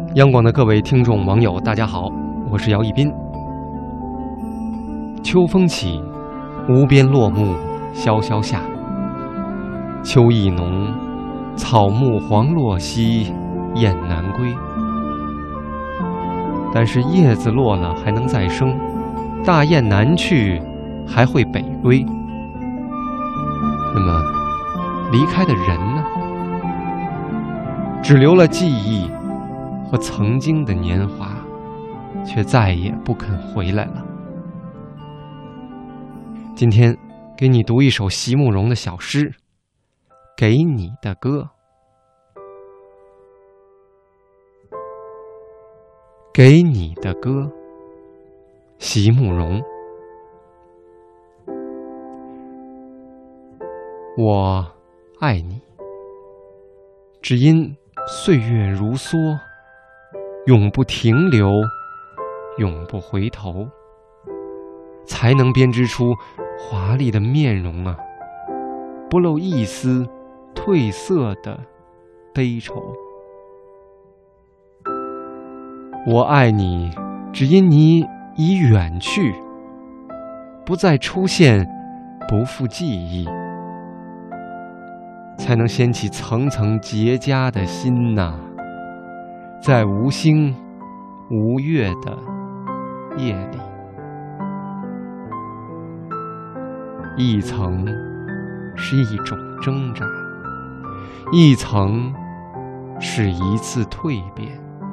央广的各位听众网友大家好，我是姚一斌。秋风起，无边落木萧萧下，秋意浓，草木黄落兮，雁南归。但是叶子落了还能再生，大雁南去还会北归。那么离开的人呢？只留了记忆和曾经的年华，却再也不肯回来了。今天给你读一首席慕容的小诗《给你的歌》。给你的歌，席慕容。我爱你，只因岁月如梭，永不停留，永不回头，才能编织出华丽的面容啊，不露一丝褪色的悲愁。我爱你，只因你已远去，不再出现，不复记忆，才能掀起层层结痂的心呐，在无星无月的夜里，一层是一种挣扎，一层是一次蜕变，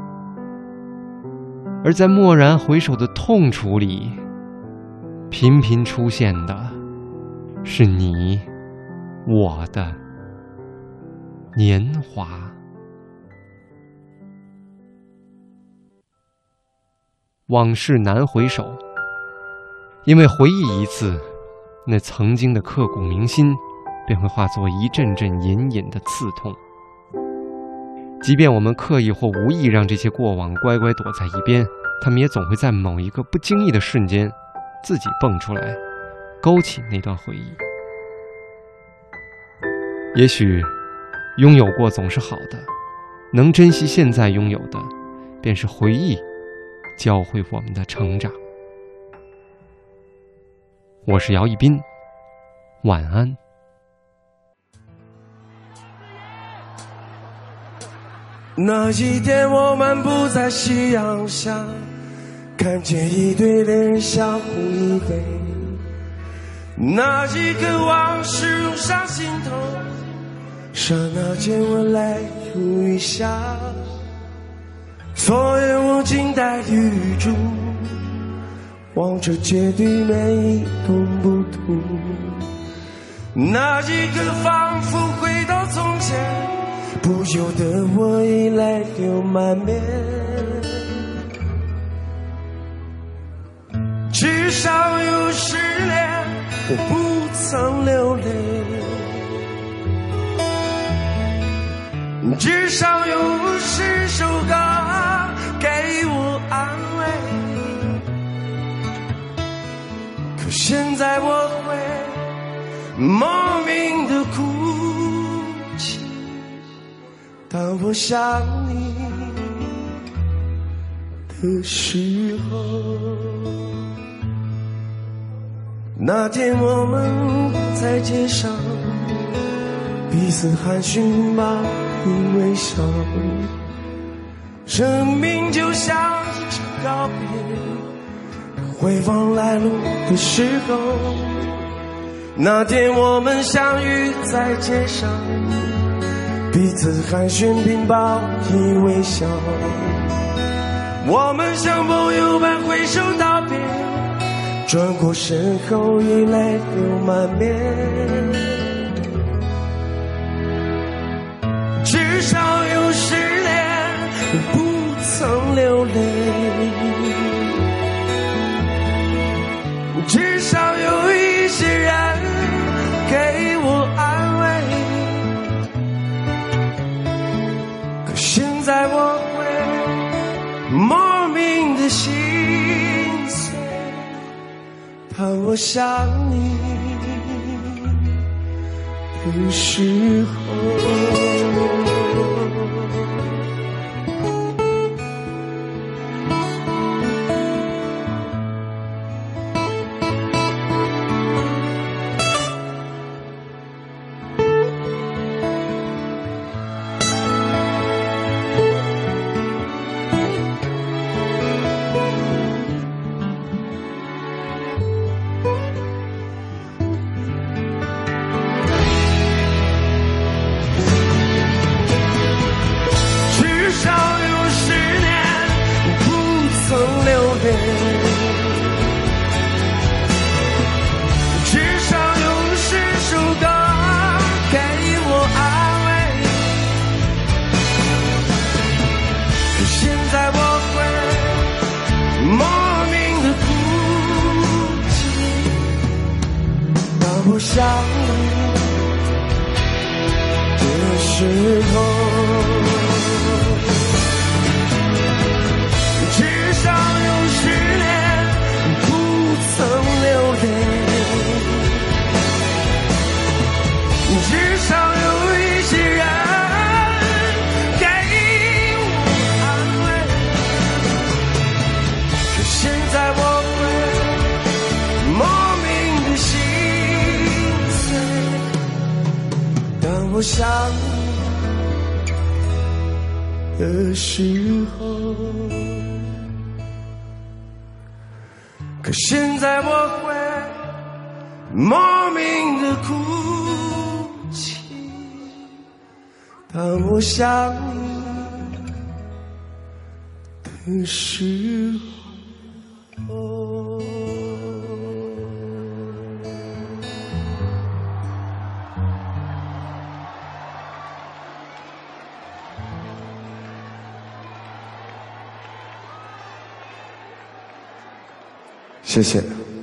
而在蓦然回首的痛楚里，频频出现的是你我的年华。往事难回首，因为回忆一次，那曾经的刻骨铭心便会化作一阵阵隐隐的刺痛。即便我们刻意或无意让这些过往乖乖躲在一边，他们也总会在某一个不经意的瞬间自己蹦出来，勾起那段回忆。也许拥有过总是好的，能珍惜现在拥有的，便是回忆教会我们的成长。我是姚一斌，晚安。 那一天我们不在夕阳下，看见一对脸相互依偎，那一刻往事涌上心头，刹那间我来如雨下，所有我静待雨珠，望着结局每一动不动，那一刻仿佛回到从前，不由得我已泪流满面，至少有失恋我不曾流泪，至少有10首歌给我安慰，可现在我会莫名的哭泣，当我想你的时候。那天我们在街上彼此寒暄吧，并微笑，生命就像一场告别，回望来路的时候。那天我们相遇在街上，彼此寒暄并报以微笑，我们像朋友般挥手道别，转过身后已泪流满面，至少有失恋不曾流泪，至少有一些人给我安慰，可现在我会莫名的心碎，当我想你的时候。 想你的时候，至少有10年不曾流泪，至少有一些人给我安慰，可现在我会莫名的心碎，当我想你的时候，可现在我会莫名的哭泣，当我想你的时候。谢谢。